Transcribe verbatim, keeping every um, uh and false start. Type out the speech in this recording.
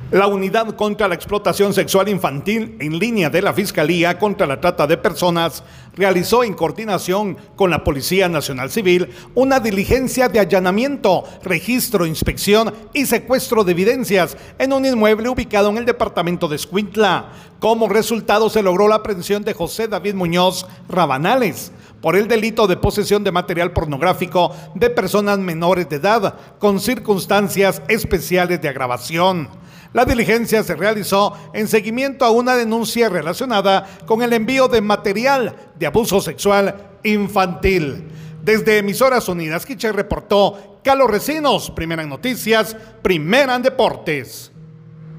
La Unidad contra la Explotación Sexual Infantil en línea de la Fiscalía contra la Trata de Personas realizó en coordinación con la Policía Nacional Civil una diligencia de allanamiento, registro, inspección y secuestro de evidencias en un inmueble ubicado en el departamento de Escuintla. Como resultado se logró la aprehensión de José David Muñoz Rabanales por el delito de posesión de material pornográfico de personas menores de edad con circunstancias especiales de agravación. La diligencia se realizó en seguimiento a una denuncia relacionada con el envío de material de abuso sexual infantil. Desde Emisoras Unidas Quiché reportó Carlos Recinos, Primera en Noticias, Primera en Deportes.